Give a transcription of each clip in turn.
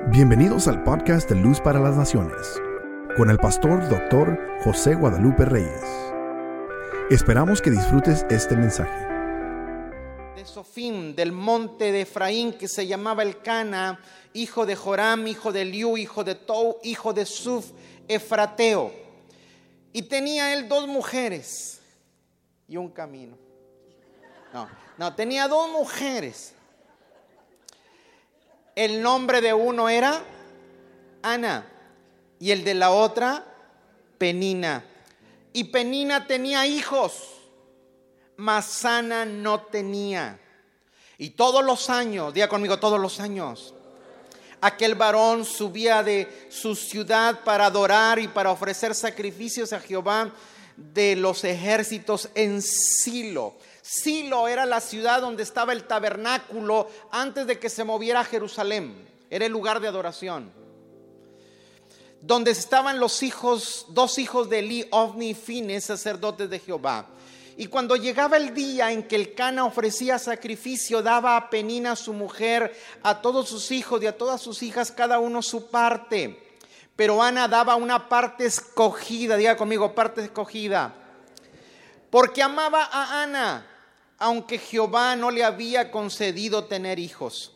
Bienvenidos al podcast de Luz para las Naciones, con el pastor Dr. José Guadalupe Reyes. Esperamos que disfrutes este mensaje. De Sofim, del monte de Efraín, que se llamaba Elcana, hijo de Joram, hijo de Eliú, hijo de Tou, hijo de Suf, Efrateo. Y tenía él 2 mujeres y un camino. Tenía 2 mujeres. El nombre de uno era Ana y el de la otra Penina. Y Penina tenía hijos, mas Ana no tenía. Y todos los años, diga conmigo, todos los años, aquel varón subía de su ciudad para adorar y para ofrecer sacrificios a Jehová de los ejércitos en Silo. Silo era la ciudad donde estaba el tabernáculo antes de que se moviera a Jerusalén. Era el lugar de adoración, donde estaban los 2 hijos de Elí, Ofni y Fines, sacerdotes de Jehová. Y cuando llegaba el día en que Elcana ofrecía sacrificio, daba a Penina su mujer, a todos sus hijos y a todas sus hijas, cada uno su parte. Pero Ana daba una parte escogida, diga conmigo, parte escogida, porque amaba a Ana, aunque Jehová no le había concedido tener hijos.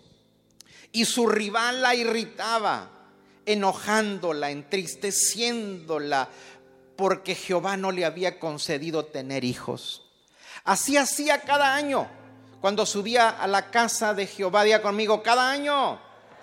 Y su rival la irritaba, enojándola, entristeciéndola, porque Jehová no le había concedido tener hijos. Así hacía cada año, cuando subía a la casa de Jehová, diga conmigo, cada año.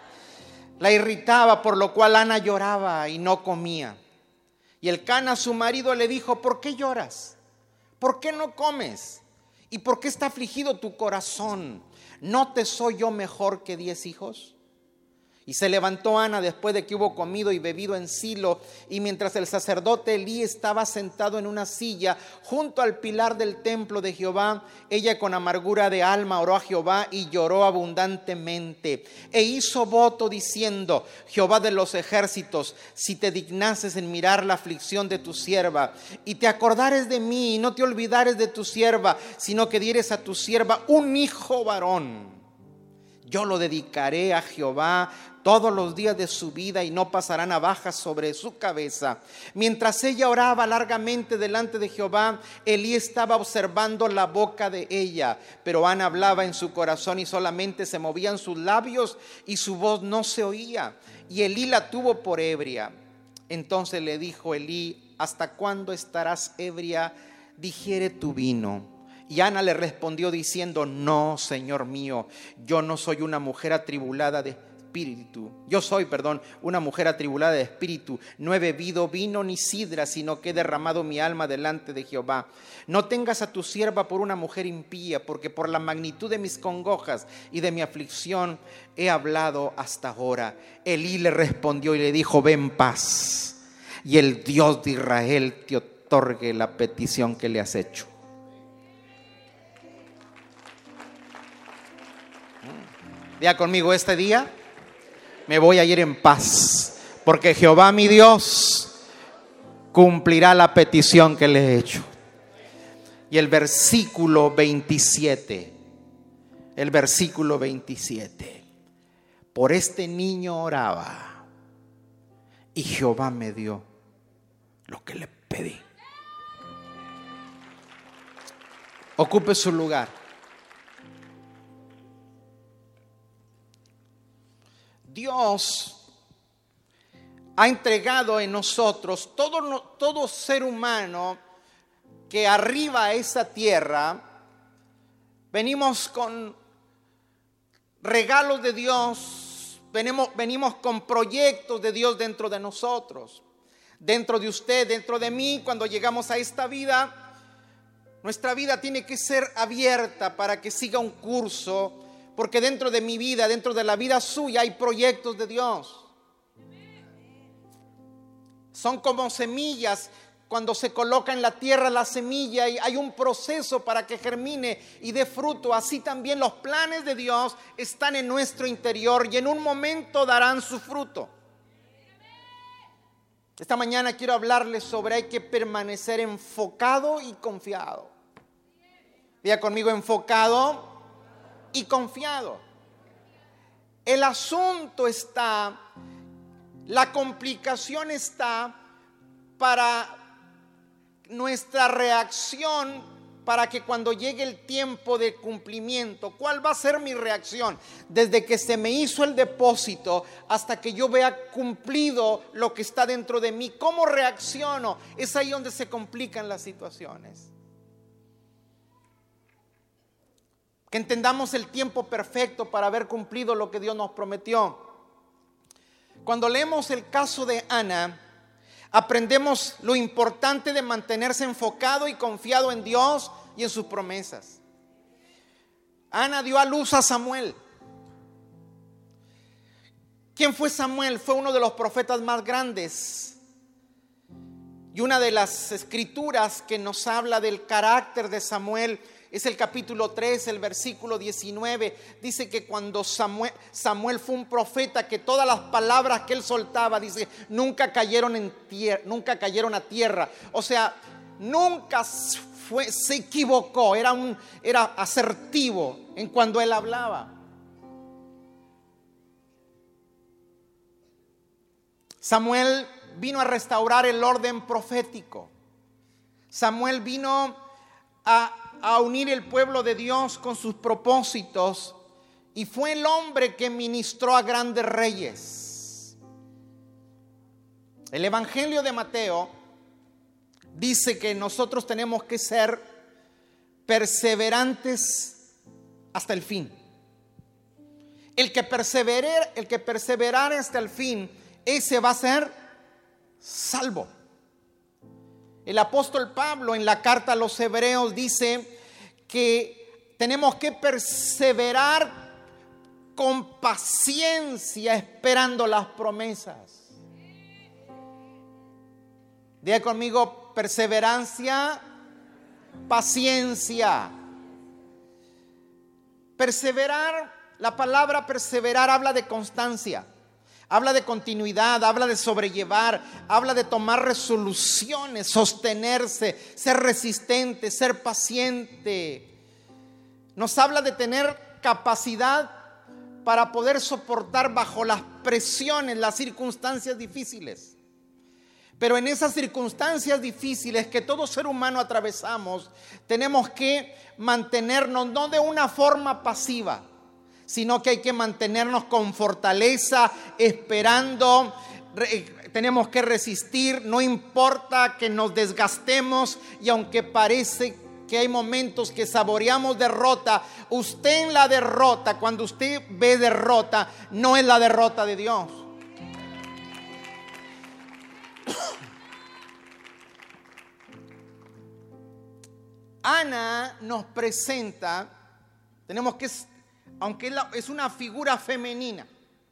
La irritaba, por lo cual Ana lloraba y no comía. Y Elcana, su marido, le dijo: ¿por qué lloras? ¿Por qué no comes? ¿Y por qué está afligido tu corazón? ¿No te soy yo mejor que 10 hijos? Y se levantó Ana después de que hubo comido y bebido en Silo, y mientras el sacerdote Elí estaba sentado en una silla junto al pilar del templo de Jehová, ella con amargura de alma oró a Jehová y lloró abundantemente, e hizo voto diciendo: Jehová de los ejércitos, si te dignases en mirar la aflicción de tu sierva, y te acordares de mí, y no te olvidares de tu sierva, sino que dieres a tu sierva un hijo varón, yo lo dedicaré a Jehová todos los días de su vida, y no pasará navaja sobre su cabeza. Mientras ella oraba largamente delante de Jehová, Elí estaba observando la boca de ella, pero Ana hablaba en su corazón y solamente se movían sus labios y su voz no se oía. Y Elí la tuvo por ebria. Entonces le dijo Elí: ¿hasta cuándo estarás ebria? Digiere tu vino. Y Ana le respondió diciendo: no, Señor mío, yo soy una mujer atribulada de espíritu. Una mujer atribulada de espíritu. No he bebido vino ni sidra, sino que he derramado mi alma delante de Jehová. No tengas a tu sierva por una mujer impía, porque por la magnitud de mis congojas y de mi aflicción he hablado hasta ahora. Elí le respondió y le dijo: ve en paz, y el Dios de Israel te otorgue la petición que le has hecho. Diga conmigo: este día me voy a ir en paz, porque Jehová mi Dios cumplirá la petición que le he hecho. Y el versículo 27, por este niño oraba, y Jehová me dio lo que le pedí. Ocupe su lugar. Dios ha entregado en nosotros, todo ser humano que arriba a esa tierra, venimos con regalos de Dios, venimos con proyectos de Dios dentro de nosotros, dentro de usted, dentro de mí. Cuando llegamos a esta vida, nuestra vida tiene que ser abierta para que siga un curso, porque dentro de mi vida, dentro de la vida suya, hay proyectos de Dios. Son como semillas. Cuando se coloca en la tierra la semilla, y hay un proceso para que germine y dé fruto. Así también los planes de Dios están en nuestro interior, y en un momento darán su fruto. Esta mañana quiero hablarles sobre hay que permanecer enfocado y confiado. Diga conmigo: enfocado y confiado. El asunto está, la complicación está para nuestra reacción, para que cuando llegue el tiempo de cumplimiento, ¿cuál va a ser mi reacción? Desde que se me hizo el depósito hasta que yo vea cumplido lo que está dentro de mí, ¿cómo reacciono? Es ahí donde se complican las situaciones. Que entendamos el tiempo perfecto para haber cumplido lo que Dios nos prometió. Cuando leemos el caso de Ana, aprendemos lo importante de mantenerse enfocado y confiado en Dios y en sus promesas. Ana dio a luz a Samuel. ¿Quién fue Samuel? Fue uno de los profetas más grandes. Y una de las escrituras que nos habla del carácter de Samuel es el capítulo 3, el versículo 19. Dice que cuando Samuel fue un profeta, que todas las palabras que él soltaba, dice, nunca cayeron a tierra. O sea, nunca se equivocó. Era asertivo en cuando él hablaba. Samuel vino a restaurar el orden profético. Samuel vino a unir el pueblo de Dios con sus propósitos, y fue el hombre que ministró a grandes reyes. El Evangelio de Mateo dice que nosotros tenemos que ser perseverantes hasta el fin. El que perseverare hasta el fin, ese va a ser salvo. El apóstol Pablo en la carta a los Hebreos dice que tenemos que perseverar con paciencia esperando las promesas. Diga conmigo: perseverancia, paciencia. Perseverar, la palabra perseverar habla de constancia. Habla de continuidad, habla de sobrellevar, habla de tomar resoluciones, sostenerse, ser resistente, ser paciente. Nos habla de tener capacidad para poder soportar bajo las presiones, las circunstancias difíciles. Pero en esas circunstancias difíciles que todo ser humano atravesamos, tenemos que mantenernos no de una forma pasiva, sino que hay que mantenernos con fortaleza, esperando. Tenemos que resistir, no importa que nos desgastemos, y aunque parece que hay momentos que saboreamos derrota, usted en la derrota, cuando usted ve derrota, no es la derrota de Dios. Ana nos presenta, tenemos que, aunque es una figura femenina,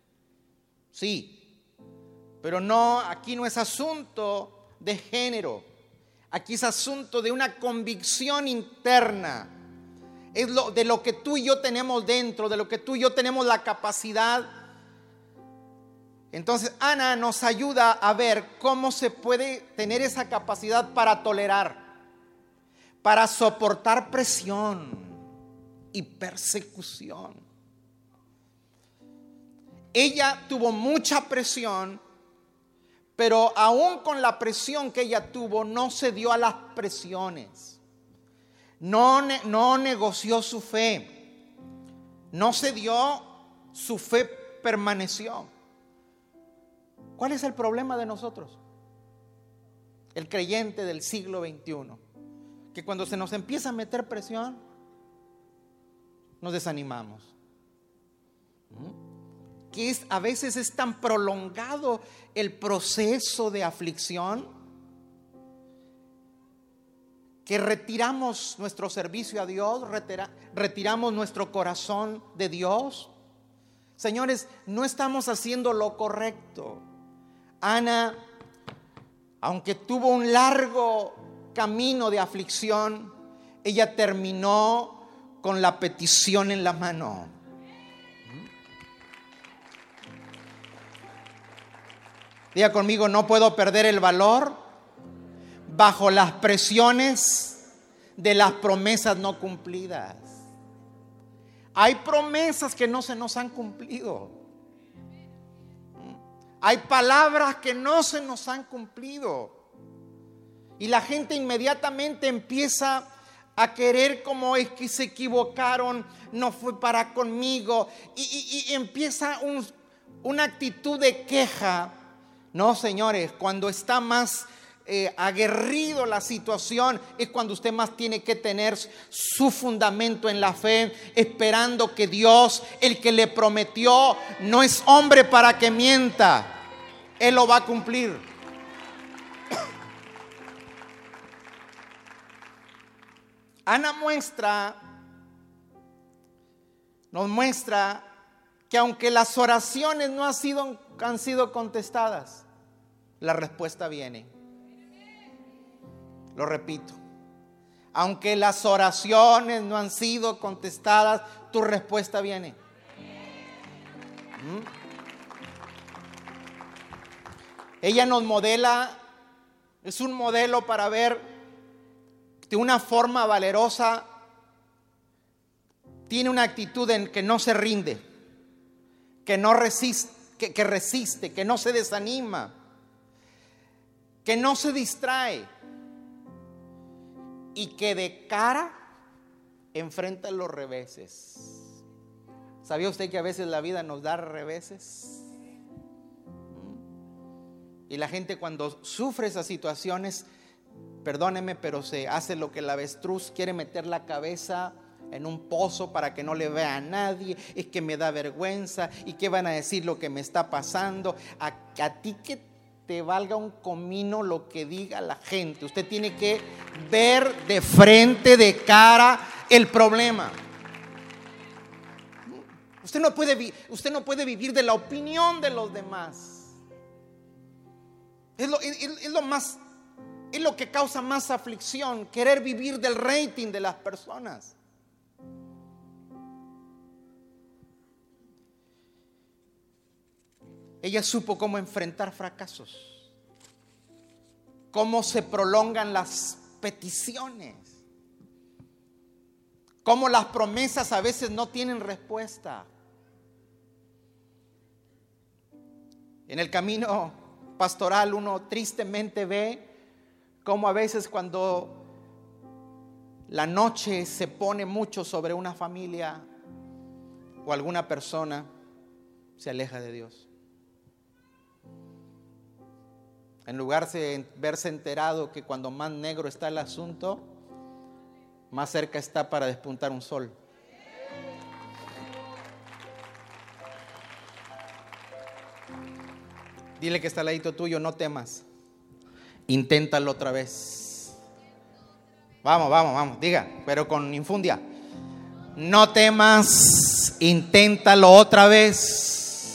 sí, pero no, aquí no es asunto de género, aquí es asunto de una convicción interna. Es de lo que tú y yo tenemos dentro, de lo que tú y yo tenemos la capacidad. Entonces Ana nos ayuda a ver cómo se puede tener esa capacidad para tolerar, para soportar presión y persecución. Ella tuvo mucha presión, pero aún con la presión que ella tuvo, no cedió a las presiones. No negoció su fe. No cedió, su fe permaneció. ¿Cuál es el problema de nosotros? El creyente del siglo XXI. Que cuando se nos empieza a meter presión, nos desanimamos. Que a veces es tan prolongado el proceso de aflicción que retiramos nuestro servicio a Dios, retiramos nuestro corazón de Dios. Señores, no estamos haciendo lo correcto. Ana, aunque tuvo un largo camino de aflicción, ella terminó con la petición en la mano. Diga conmigo: no puedo perder el valor bajo las presiones de las promesas no cumplidas. Hay promesas que no se nos han cumplido. Hay palabras que no se nos han cumplido. Y la gente inmediatamente empieza a querer, como es que se equivocaron, no fue para conmigo. Y empieza una actitud de queja. No, señores, cuando está más aguerrido la situación, es cuando usted más tiene que tener su fundamento en la fe, esperando que Dios, el que le prometió, no es hombre para que mienta. Él lo va a cumplir. Ana nos muestra que aunque las oraciones no han sido contestadas, la respuesta viene. Lo repito, aunque las oraciones no han sido contestadas, tu respuesta viene. Ella nos modela, es un modelo para ver de una forma valerosa. Tiene una actitud en que no se rinde, que no resiste, que resiste, que no se desanima, que no se distrae y que de cara enfrenta los reveses. ¿Sabía usted que a veces la vida nos da reveses? Y la gente, cuando sufre esas situaciones, perdóneme, pero se hace lo que el avestruz, quiere meter la cabeza en un pozo para que no le vea a nadie. Es que me da vergüenza, y qué van a decir lo que me está pasando. A ti que te valga un comino lo que diga la gente. Usted tiene que ver de frente, de cara, el problema. Usted no puede vivir de la opinión de los demás. Es lo que causa más aflicción, querer vivir del rating de las personas. Ella supo cómo enfrentar fracasos, cómo se prolongan las peticiones, cómo las promesas a veces no tienen respuesta. En el camino pastoral uno tristemente ve cómo a veces, cuando la noche se pone mucho sobre una familia o alguna persona, se aleja de Dios. En lugar de verse enterado que cuando más negro está el asunto, más cerca está para despuntar un sol. Dile que está al ladito tuyo: no temas, inténtalo otra vez. Vamos, diga, pero con infundia. No temas, inténtalo otra vez.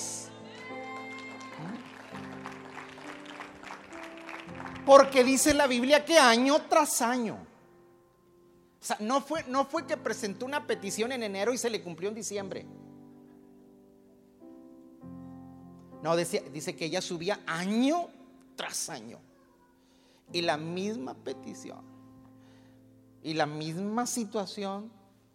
Porque dice la Biblia que año tras año. O sea, no fue que presentó una petición en enero y se le cumplió en diciembre. No, dice que ella subía año tras año. Y la misma petición. Y la misma situación.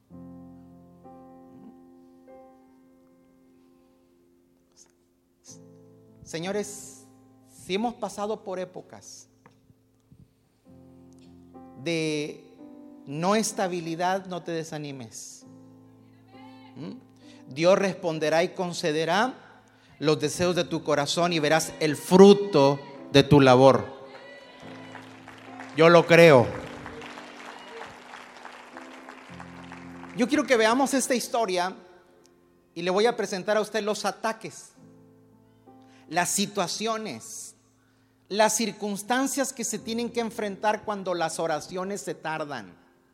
Señores, si hemos pasado por épocas de no estabilidad, no te desanimes. Dios responderá y concederá los deseos de tu corazón y verás el fruto de tu labor. Yo lo creo. Yo quiero que veamos esta historia y le voy a presentar a usted los ataques, las situaciones, las circunstancias que se tienen que enfrentar cuando las oraciones se tardan.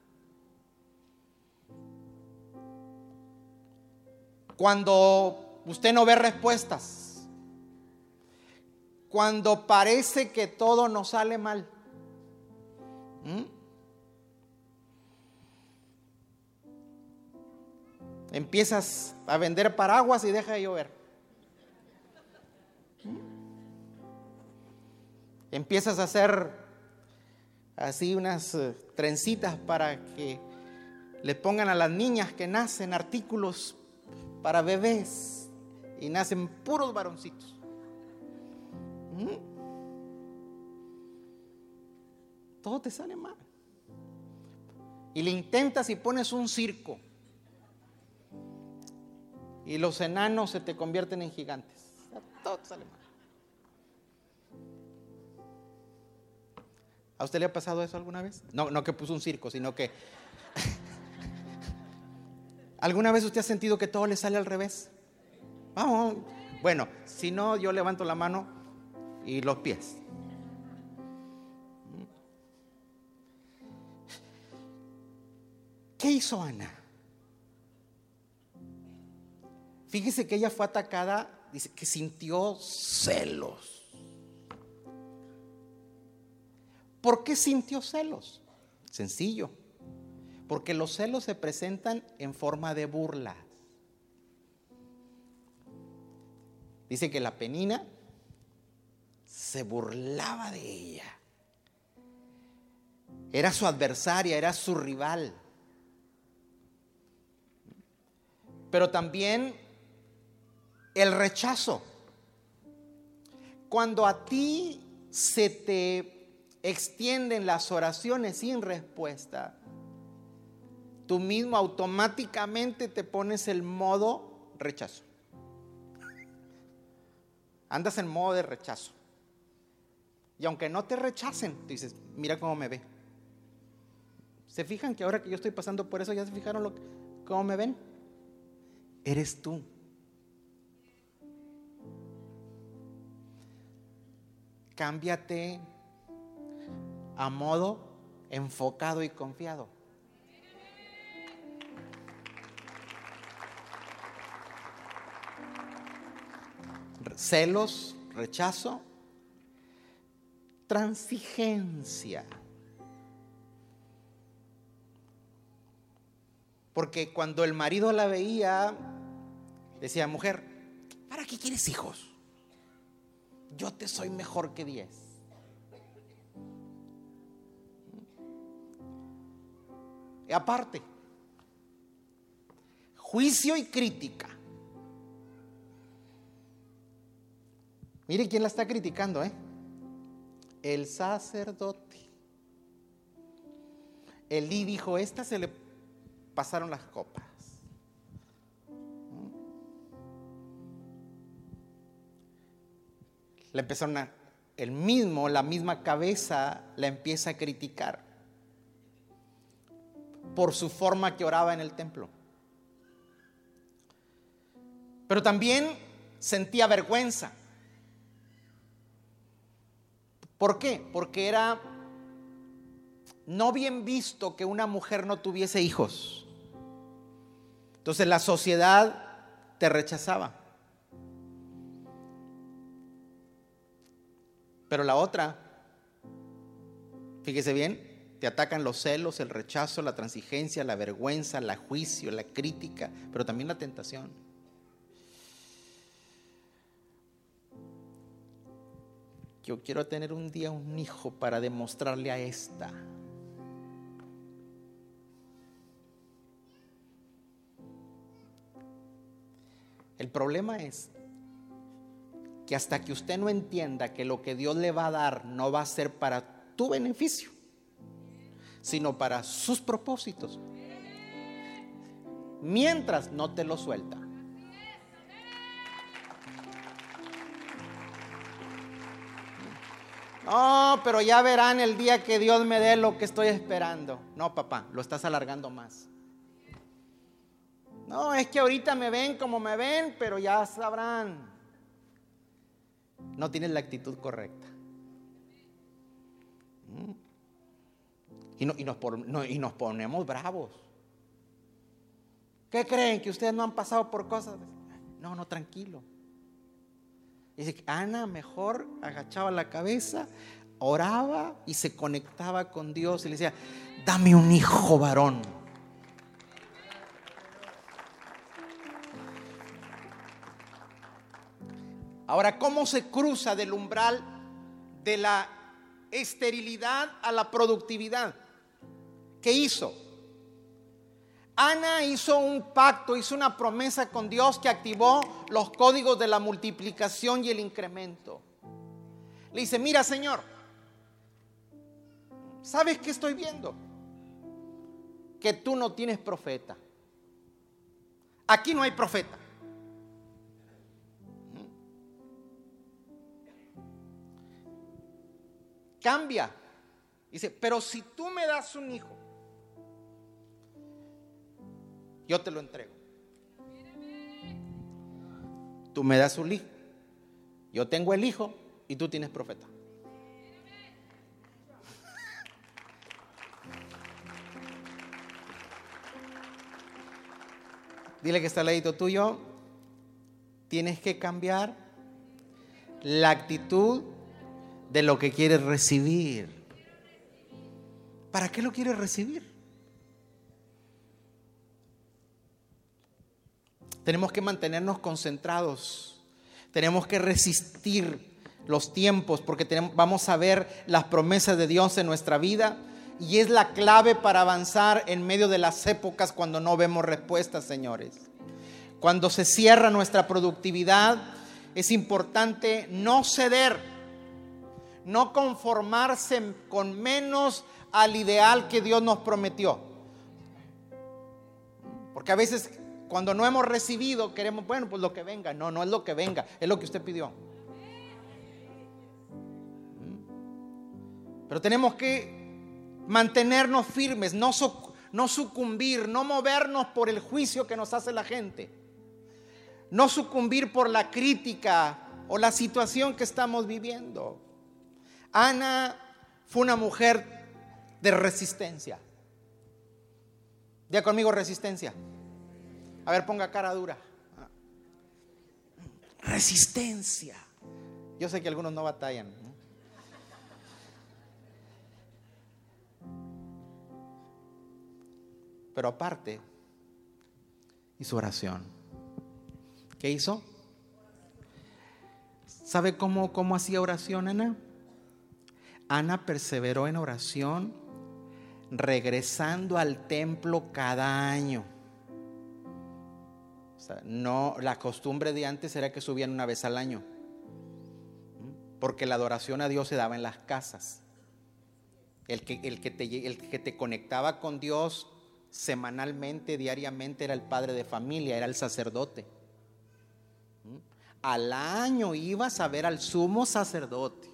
Cuando usted no ve respuestas. Cuando parece que todo nos sale mal. Empiezas a vender paraguas y deja de llover. Empiezas a hacer así unas trencitas para que le pongan a las niñas que nacen artículos para bebés y nacen puros varoncitos. Todo te sale mal. Y le intentas y pones un circo. Y los enanos se te convierten en gigantes. Todo te sale mal. ¿A usted le ha pasado eso alguna vez? No que puso un circo, sino que ¿alguna vez usted ha sentido que todo le sale al revés? Vamos. Bueno, si no, yo levanto la mano y los pies. ¿Qué hizo Ana? Fíjese que ella fue atacada, dice que sintió celos. ¿Por qué sintió celos? Sencillo, porque los celos se presentan en forma de burla. Dice que la Penina se burlaba de ella. Era su adversaria, era su rival. Pero también el rechazo. Cuando a ti se te extienden las oraciones sin respuesta, tú mismo automáticamente te pones el modo rechazo. Andas en modo de rechazo. Y aunque no te rechacen, tú dices, mira cómo me ve. ¿Se fijan que ahora que yo estoy pasando por eso, ya se fijaron cómo me ven? Eres tú. Cámbiate a modo enfocado y confiado. Celos, rechazo, transigencia. Porque cuando el marido la veía, decía, mujer, ¿para qué quieres hijos? Yo te soy mejor que 10. Y aparte, juicio y crítica. Mire quién la está criticando, el sacerdote. Elí dijo, esta se le pasaron las copas. Le empezaron la misma cabeza la empieza a criticar por su forma que oraba en el templo. Pero también sentía vergüenza. ¿Por qué? Porque era no bien visto que una mujer no tuviese hijos. Entonces la sociedad te rechazaba. Pero la otra, fíjese bien, te atacan los celos, el rechazo, la transigencia, la vergüenza, el juicio, la crítica, pero también la tentación. Yo quiero tener un día un hijo para demostrarle a esta. El problema es que hasta que usted no entienda que lo que Dios le va a dar no va a ser para tu beneficio, sino para sus propósitos, mientras no te lo suelta. No, pero ya verán el día que Dios me dé lo que estoy esperando. No, papá, lo estás alargando más. No, es que ahorita me ven como me ven, pero ya sabrán. No tienes la actitud correcta. Y nos ponemos bravos. ¿Qué creen? ¿Que ustedes no han pasado por cosas? No, tranquilo. Dice que Ana mejor agachaba la cabeza, oraba y se conectaba con Dios y le decía, dame un hijo varón. Ahora, ¿cómo se cruza del umbral de la esterilidad a la productividad? ¿Qué hizo? Ana hizo un pacto, hizo una promesa con Dios que activó los códigos de la multiplicación y el incremento. Le dice, mira, Señor, ¿sabes qué estoy viendo? Que tú no tienes profeta. Aquí no hay profeta. Cambia. Dice, pero si tú me das un hijo, yo te lo entrego. Tú me das un hijo, yo tengo el hijo y tú tienes profeta. Dile que está al ladito tuyo, tienes que cambiar la actitud de lo que quieres recibir. ¿Para qué lo quieres recibir? Tenemos que mantenernos concentrados. Tenemos que resistir los tiempos porque vamos a ver las promesas de Dios en nuestra vida. Y es la clave para avanzar en medio de las épocas cuando no vemos respuestas, señores. Cuando se cierra nuestra productividad, es importante no ceder, no conformarse con menos al ideal que Dios nos prometió. Porque a veces cuando no hemos recibido queremos, bueno, pues lo que venga. No, no es lo que venga, es lo que usted pidió. Pero tenemos que mantenernos firmes, no sucumbir, no movernos por el juicio que nos hace la gente, no sucumbir por la crítica o la situación que estamos viviendo. Ana fue una mujer de resistencia. Diga conmigo, resistencia. A ver, ponga cara dura. Resistencia. Yo sé que algunos no batallan, ¿no? Pero aparte, hizo oración. ¿Qué hizo? ¿Sabe cómo hacía oración Ana? Ana perseveró en oración, regresando al templo cada año. O sea, no, la costumbre de antes era que subían una vez al año, porque la adoración a Dios se daba en las casas. El que te conectaba con Dios semanalmente, diariamente, era el padre de familia, era el sacerdote. Al año ibas a ver al sumo sacerdote.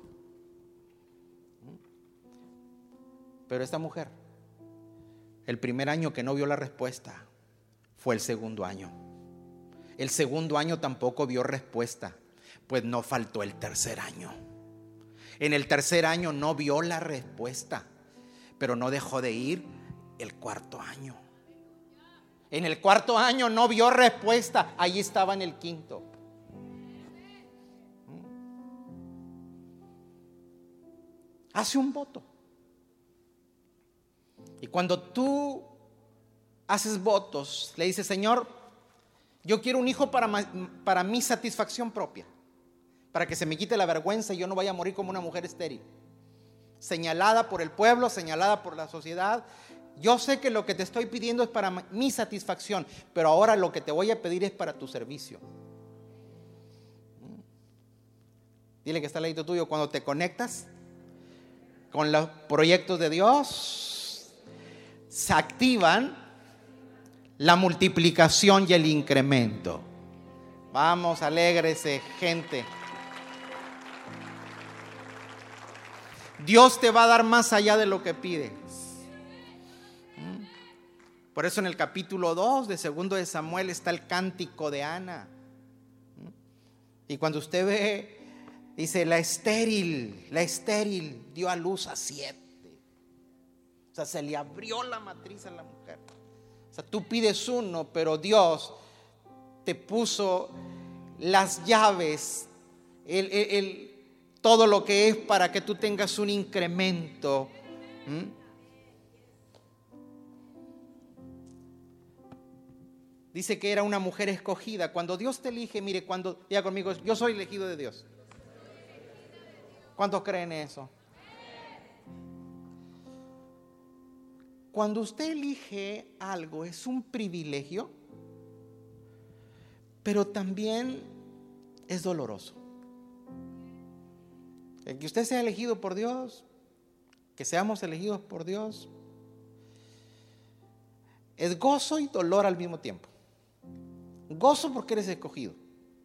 Pero esta mujer, el primer año que no vio la respuesta fue el segundo año. El segundo año tampoco vio respuesta, pues no faltó el tercer año. En el tercer año no vio la respuesta, pero no dejó de ir el cuarto año. En el cuarto año no vio respuesta, ahí estaba en el quinto. Hace un voto. Y cuando tú haces votos, le dices, Señor, yo quiero un hijo para mi satisfacción propia, para que se me quite la vergüenza y yo no vaya a morir como una mujer estéril, señalada por el pueblo, señalada por la sociedad. Yo sé que lo que te estoy pidiendo es para mi satisfacción, pero ahora lo que te voy a pedir es para tu servicio. Dile que está al ladito tuyo, cuando te conectas con los proyectos de Dios, se activan la multiplicación y el incremento. Vamos, alégrese, gente. Dios te va a dar más allá de lo que pides. Por eso en el capítulo 2 de 2 de Samuel está el cántico de Ana. Y cuando usted ve, dice, la estéril dio a luz a 7. O sea, se le abrió la matriz a la mujer. O sea, tú pides uno, pero Dios te puso las llaves, todo lo que es para que tú tengas un incremento. Dice que era una mujer escogida. Cuando Dios te elige, mire, diga conmigo, yo soy elegido de Dios. ¿Cuántos creen eso? Cuando usted elige algo es un privilegio, pero también es doloroso. El que usted sea elegido por Dios, que seamos elegidos por Dios, es gozo y dolor al mismo tiempo. Gozo porque eres escogido,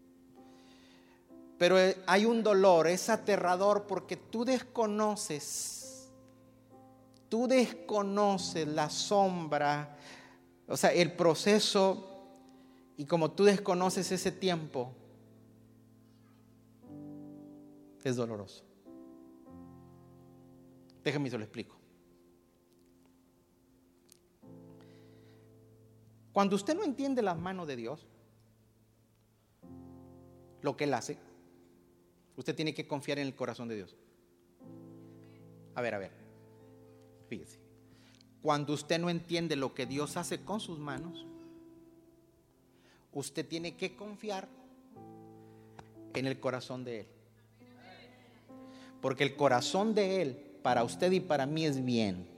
pero hay un dolor, es aterrador porque tú desconoces la sombra, o sea, el proceso, y como tú desconoces ese tiempo, es doloroso. Déjame se lo explico. Cuando usted no entiende las manos de Dios, lo que Él hace, usted tiene que confiar en el corazón de Dios. A ver, fíjese. Cuando usted no entiende lo que Dios hace con sus manos, usted tiene que confiar en el corazón de Él. Porque el corazón de Él, para usted y para mí, es bien.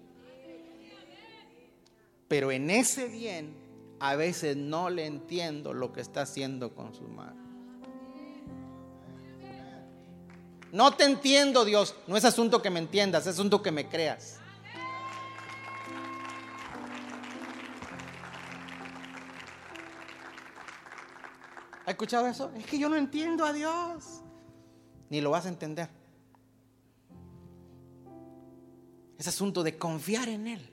Pero en ese bien, a veces no le entiendo lo que está haciendo con sus manos. No te entiendo, Dios. No es asunto que me entiendas, es asunto que me creas. ¿Ha escuchado eso? Es que yo no entiendo a Dios. Ni lo vas a entender. Es asunto de confiar en Él.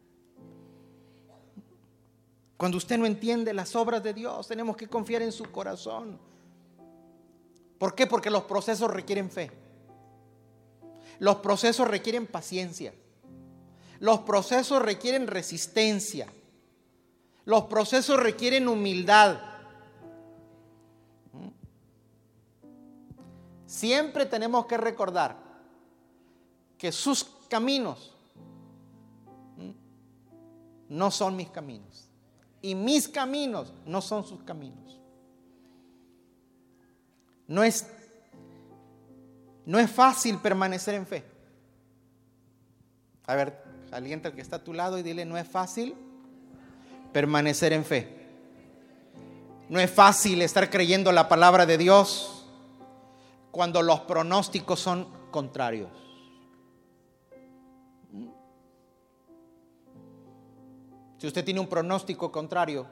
Cuando usted no entiende las obras de Dios, tenemos que confiar en su corazón. ¿Por qué? Porque los procesos requieren fe. Los procesos requieren paciencia. Los procesos requieren resistencia. Los procesos requieren humildad. Siempre tenemos que recordar que sus caminos no son mis caminos y mis caminos no son sus caminos. No es fácil permanecer en fe. A ver, alienta al que está a tu lado y dile: no es fácil permanecer en fe. No es fácil estar creyendo la palabra de Dios cuando los pronósticos son contrarios. Si usted tiene un pronóstico contrario,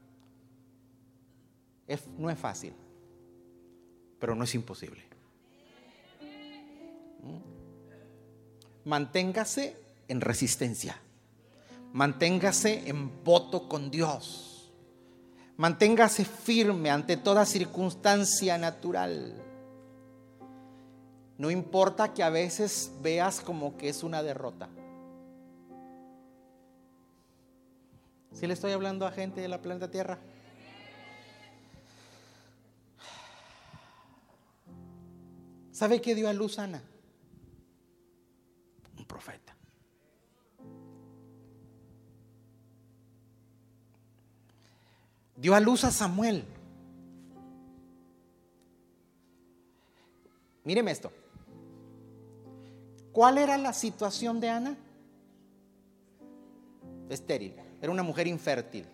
no es fácil, pero no es imposible. Manténgase en resistencia. Manténgase en voto con Dios. Manténgase firme ante toda circunstancia natural. No importa que a veces veas como que es una derrota. ¿Sí le estoy hablando a gente de la planeta Tierra? ¿Sabe qué dio a luz Ana? Un profeta. Dio a luz a Samuel. Míreme esto. ¿Cuál era la situación de Ana? Estéril. Era una mujer infértil.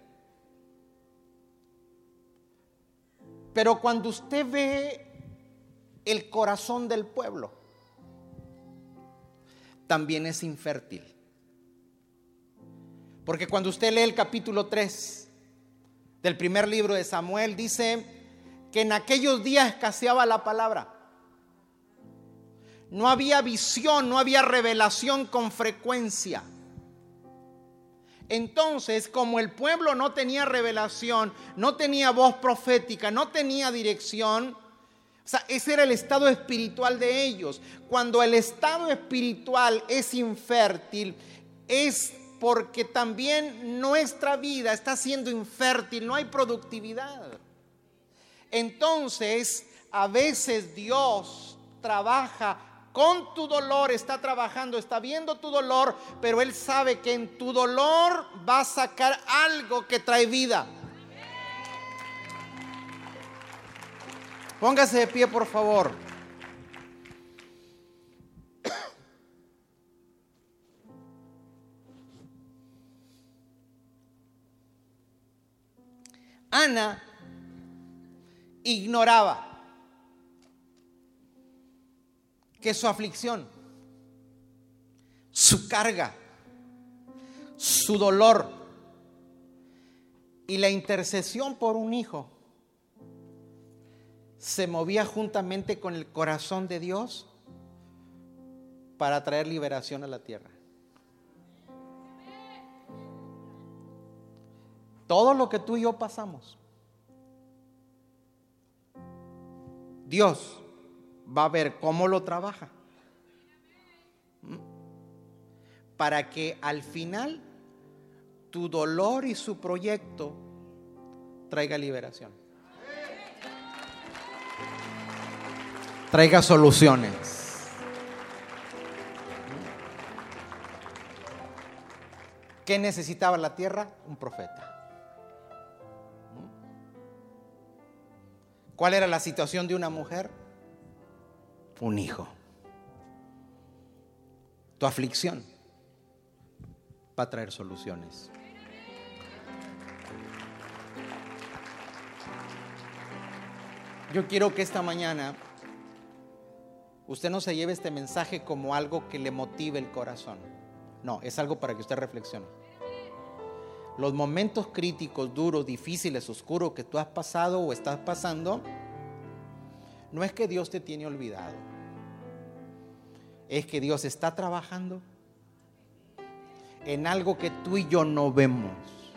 Pero cuando usted ve el corazón del pueblo, también es infértil. Porque cuando usted lee el capítulo 3 del primer libro de Samuel, dice que en aquellos días escaseaba la palabra. No había visión, no había revelación con frecuencia. Entonces, como el pueblo no tenía revelación, no tenía voz profética, no tenía dirección, o sea, ese era el estado espiritual de ellos. Cuando el estado espiritual es infértil, es porque también nuestra vida está siendo infértil, no hay productividad. Entonces, a veces Dios trabaja con tu dolor, está trabajando, está viendo tu dolor, pero Él sabe que en tu dolor va a sacar algo que trae vida. Póngase de pie, por favor. Ana ignoraba que su aflicción, su carga, su dolor y la intercesión por un hijo se movía juntamente con el corazón de Dios para traer liberación a la tierra. Todo lo que tú y yo pasamos, Dios va a ver cómo lo trabaja para que al final tu dolor y su proyecto traiga liberación, traiga soluciones. ¿Qué necesitaba la tierra? Un profeta. ¿Cuál era la situación de una mujer? Un hijo. Tu aflicción va a traer soluciones. Yo quiero que esta mañana usted no se lleve este mensaje como algo que le motive el corazón. No, es algo para que usted reflexione. Los momentos críticos, duros, difíciles, oscuros que tú has pasado o estás pasando, no es que Dios te tiene olvidado. Es que Dios está trabajando en algo que tú y yo no vemos.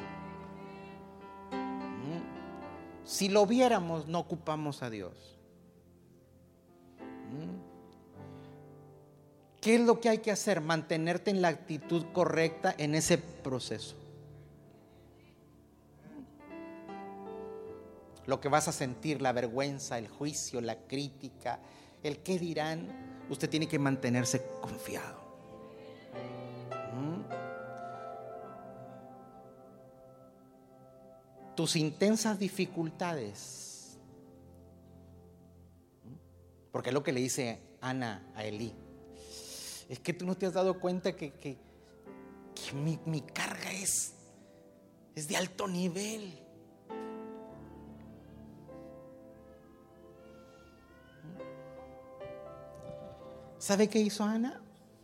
Si lo viéramos, no ocupamos a Dios. ¿Qué es lo que hay que hacer? Mantenerte en la actitud correcta en ese proceso. Lo que vas a sentir, la vergüenza, el juicio, la crítica, el qué dirán, usted tiene que mantenerse confiado. Tus intensas dificultades, porque es lo que le dice Ana a Elí, es que tú no te has dado cuenta que mi carga es de alto nivel. ¿Sabe qué hizo Ana?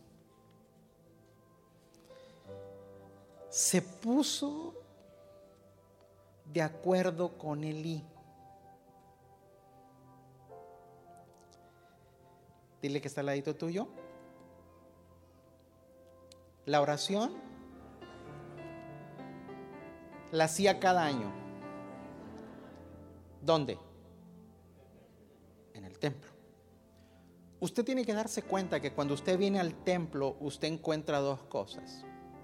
Se puso de acuerdo con Elí. Dile que está al ladito tuyo. La oración la hacía cada año. ¿Dónde? En el templo. Usted tiene que darse cuenta que cuando usted viene al templo, usted encuentra dos cosas.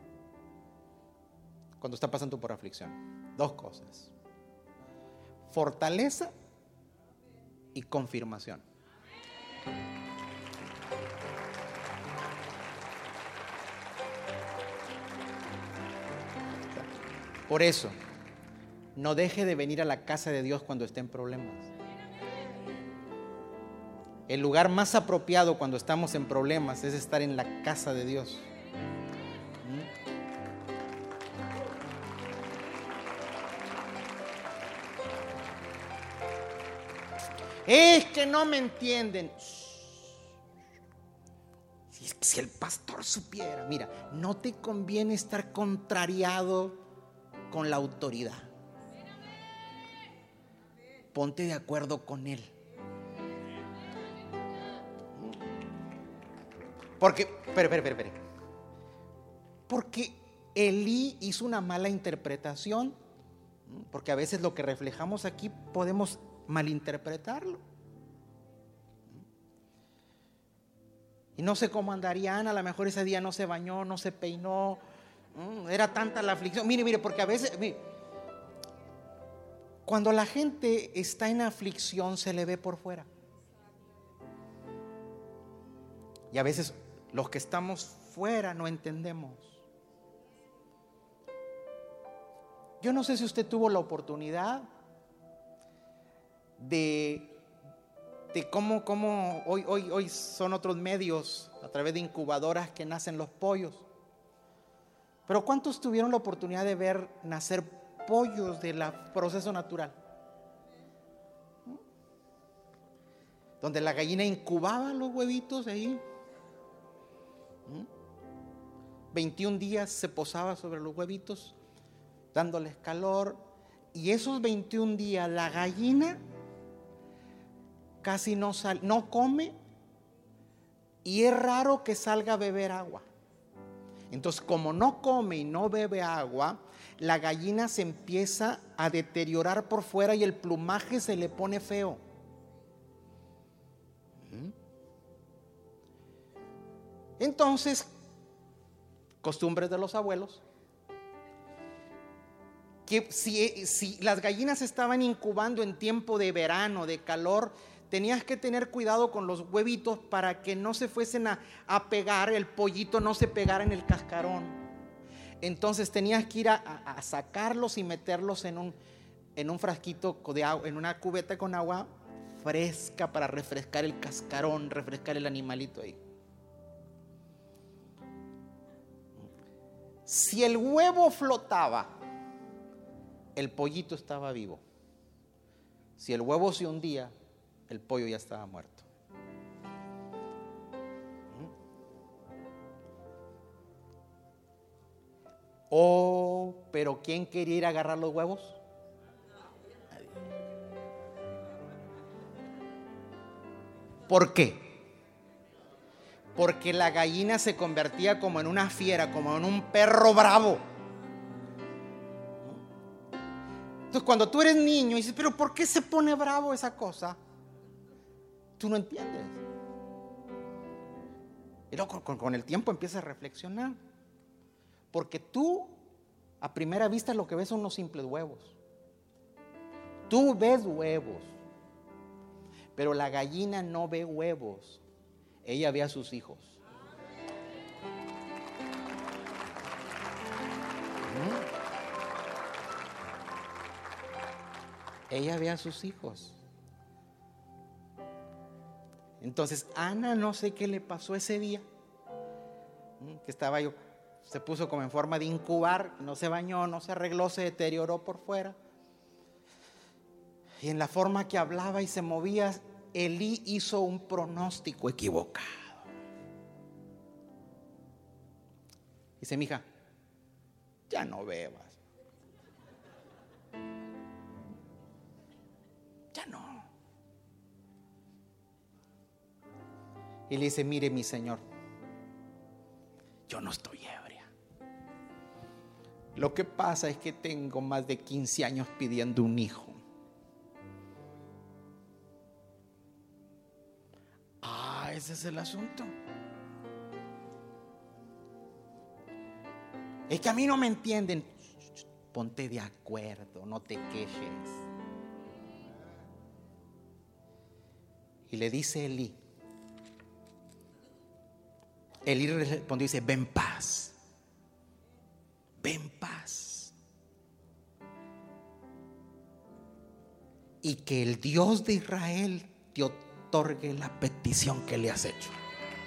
Cuando está pasando por aflicción, dos cosas: fortaleza y confirmación. Por eso, no deje de venir a la casa de Dios cuando esté en problemas. El lugar más apropiado cuando estamos en problemas es estar en la casa de Dios. Es que no me entienden. Si el pastor supiera, mira, no te conviene estar contrariado con la autoridad. Ponte de acuerdo con él. Porque, espere. Porque Elí hizo una mala interpretación. Porque a veces lo que reflejamos aquí podemos malinterpretarlo. Y no sé cómo andaría Ana, a lo mejor ese día no se bañó, no se peinó, era tanta la aflicción. Mire, porque a veces, cuando la gente está en aflicción se le ve por fuera. Y a veces los que estamos fuera no entendemos. Yo no sé si usted tuvo la oportunidad de cómo hoy son otros medios a través de incubadoras que nacen los pollos. Pero ¿cuántos tuvieron la oportunidad de ver nacer pollos del proceso natural? donde la gallina incubaba los huevitos ahí. 21 días se posaba sobre los huevitos, dándoles calor. Y esos 21 días la gallina casi no come, y es raro que salga a beber agua. Entonces, como no come y no bebe agua, la gallina se empieza a deteriorar por fuera y el plumaje se le pone feo. Entonces, costumbres de los abuelos, que si las gallinas estaban incubando en tiempo de verano, de calor, tenías que tener cuidado con los huevitos para que no se fuesen a pegar, el pollito no se pegara en el cascarón. Entonces tenías que ir a sacarlos y meterlos en un frasquito de agua, en una cubeta con agua fresca para refrescar el cascarón, refrescar el animalito ahí. Si el huevo flotaba, el pollito estaba vivo. Si el huevo se hundía, el pollo ya estaba muerto. Oh, pero ¿quién quería ir a agarrar los huevos? Nadie. ¿Por qué? Porque la gallina se convertía como en una fiera, como en un perro bravo. Entonces, cuando tú eres niño y dices, pero ¿por qué se pone bravo esa cosa? Tú no entiendes. Y luego con el tiempo empiezas a reflexionar. Porque tú, a primera vista, lo que ves son unos simples huevos. Tú ves huevos. Pero la gallina no ve huevos. Ella ve a sus hijos. Ella ve a sus hijos. Entonces Ana, no sé qué le pasó ese día, que estaba yo, se puso como en forma de incubar, no se bañó, no se arregló, se deterioró por fuera. Y en la forma que hablaba y se movía, Elí hizo un pronóstico equivocado. Dice, mija, ya no bebas. Ya no. Y le dice, mire mi señor, yo no estoy ebria. Lo que pasa es que tengo más de 15 años pidiendo un hijo. Ah, ese es el asunto. Es que a mí no me entienden. Ponte de acuerdo, no te quejes. Y le dice Elí. Elí respondió y dice, ven paz. Ven paz. Y que el Dios de Israel te otorgue la petición que le has hecho.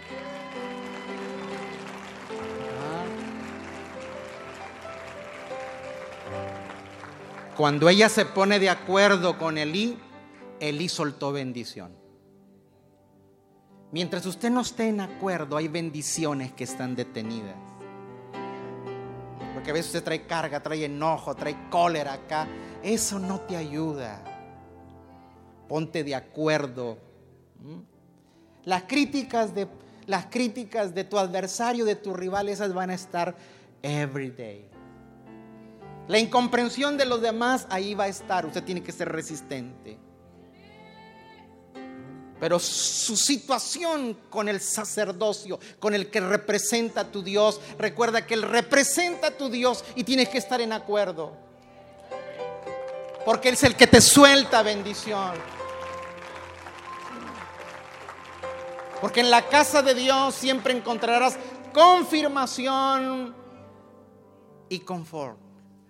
Cuando ella se pone de acuerdo con Elí, Elí soltó bendición. Mientras usted no esté en acuerdo, hay bendiciones que están detenidas. Porque a veces usted trae carga, trae enojo, trae cólera acá. Eso no te ayuda. Ponte de acuerdo. Las críticas de tu adversario, de tu rival, esas van a estar every day. La incomprensión de los demás, ahí va a estar. Usted tiene que ser resistente. Pero su situación con el sacerdocio, con el que representa a tu Dios, recuerda que Él representa a tu Dios y tienes que estar en acuerdo. Porque Él es el que te suelta bendición. Porque en la casa de Dios siempre encontrarás confirmación y confort.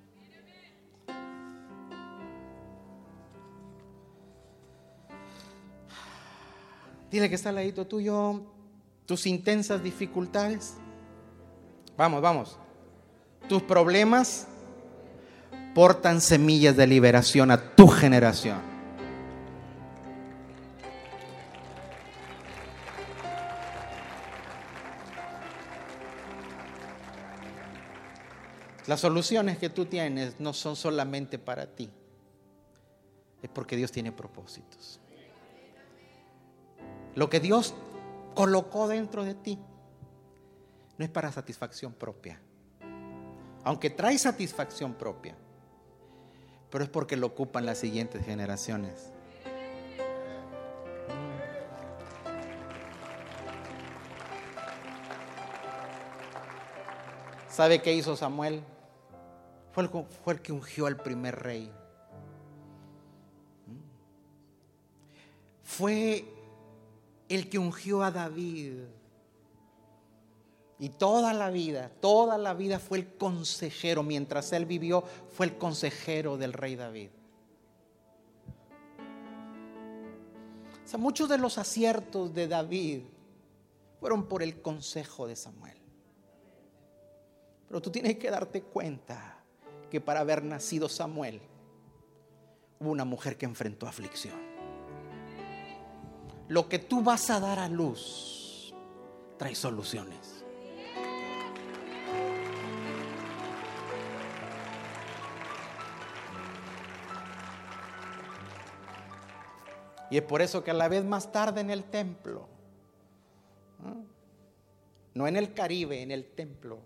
Dile que está al ladito tuyo, tus intensas dificultades. Vamos. Tus problemas portan semillas de liberación a tu generación. Las soluciones que tú tienes no son solamente para ti. Es porque Dios tiene propósitos. Lo que Dios colocó dentro de ti no es para satisfacción propia. Aunque trae satisfacción propia, pero es porque lo ocupan las siguientes generaciones. ¿Sabe qué hizo Samuel? Fue el que ungió al primer rey. Fue el que ungió a David. Y toda la vida fue el consejero. Mientras él vivió, fue el consejero del rey David. O sea, muchos de los aciertos de David fueron por el consejo de Samuel. Pero tú tienes que darte cuenta que para haber nacido Samuel, hubo una mujer que enfrentó aflicción. Lo que tú vas a dar a luz trae soluciones. Y es por eso que a la vez más tarde en el templo, no en el Caribe, en el templo,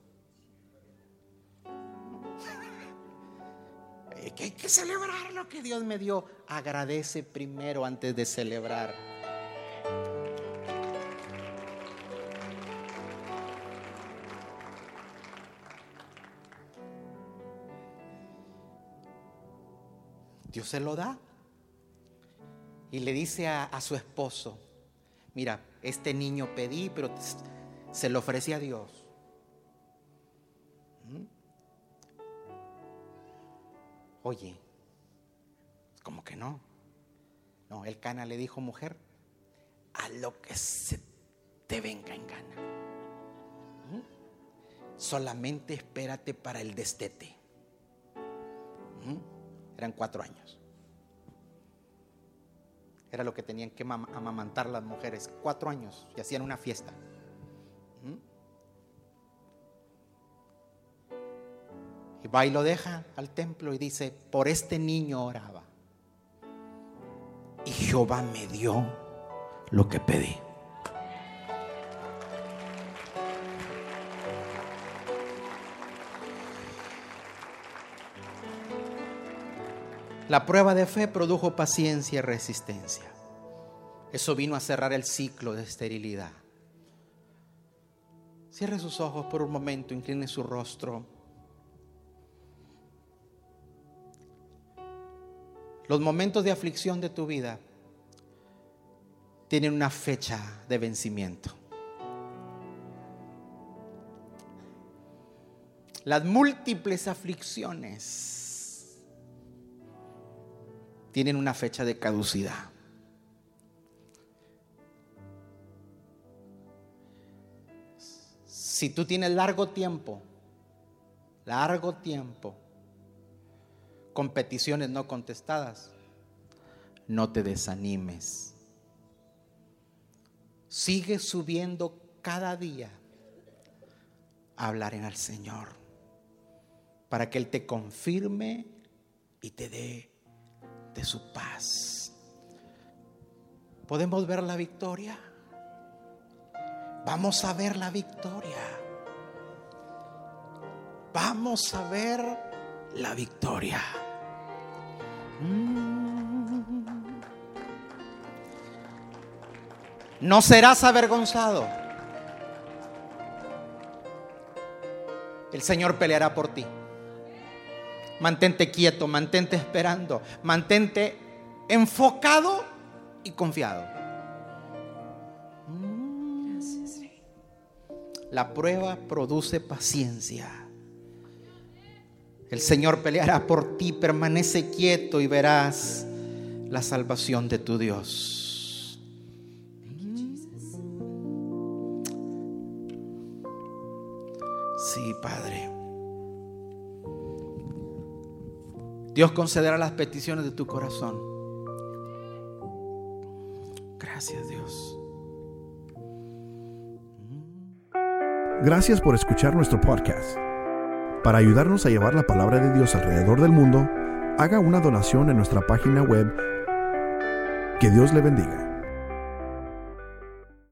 que hay que celebrar lo que Dios me dio. Agradece primero antes de celebrar. Dios se lo da y le dice a su esposo: mira, este niño pedí, pero se lo ofrecí a Dios. Oye, ¿cómo que no? No, el Cana le dijo: mujer, a lo que se te venga en gana. Solamente espérate para el destete. Eran 4 años. Era lo que tenían que amamantar las mujeres. 4 años y hacían una fiesta. Y va y lo deja al templo y dice: por este niño oraba y Jehová me dio lo que pedí. La prueba de fe produjo paciencia y resistencia. Eso vino a cerrar el ciclo de esterilidad. Cierre sus ojos por un momento, incline su rostro. Los momentos de aflicción de tu vida tienen una fecha de vencimiento. Las múltiples aflicciones tienen una fecha de caducidad. Si tú tienes largo tiempo, con peticiones no contestadas, no te desanimes. Sigue subiendo cada día a hablar en el Señor, para que Él te confirme y te dé de su paz. ¿Podemos ver la victoria? Vamos a ver la victoria. Vamos a ver la victoria. No serás avergonzado. El Señor peleará por ti. Mantente quieto, mantente esperando, mantente enfocado y confiado. La prueba produce paciencia. El Señor peleará por ti. Permanece quieto y verás la salvación de tu Dios. Sí, Padre. Dios concederá las peticiones de tu corazón. Gracias, Dios. Gracias por escuchar nuestro podcast. Para ayudarnos a llevar la palabra de Dios alrededor del mundo, haga una donación en nuestra página web. Que Dios le bendiga.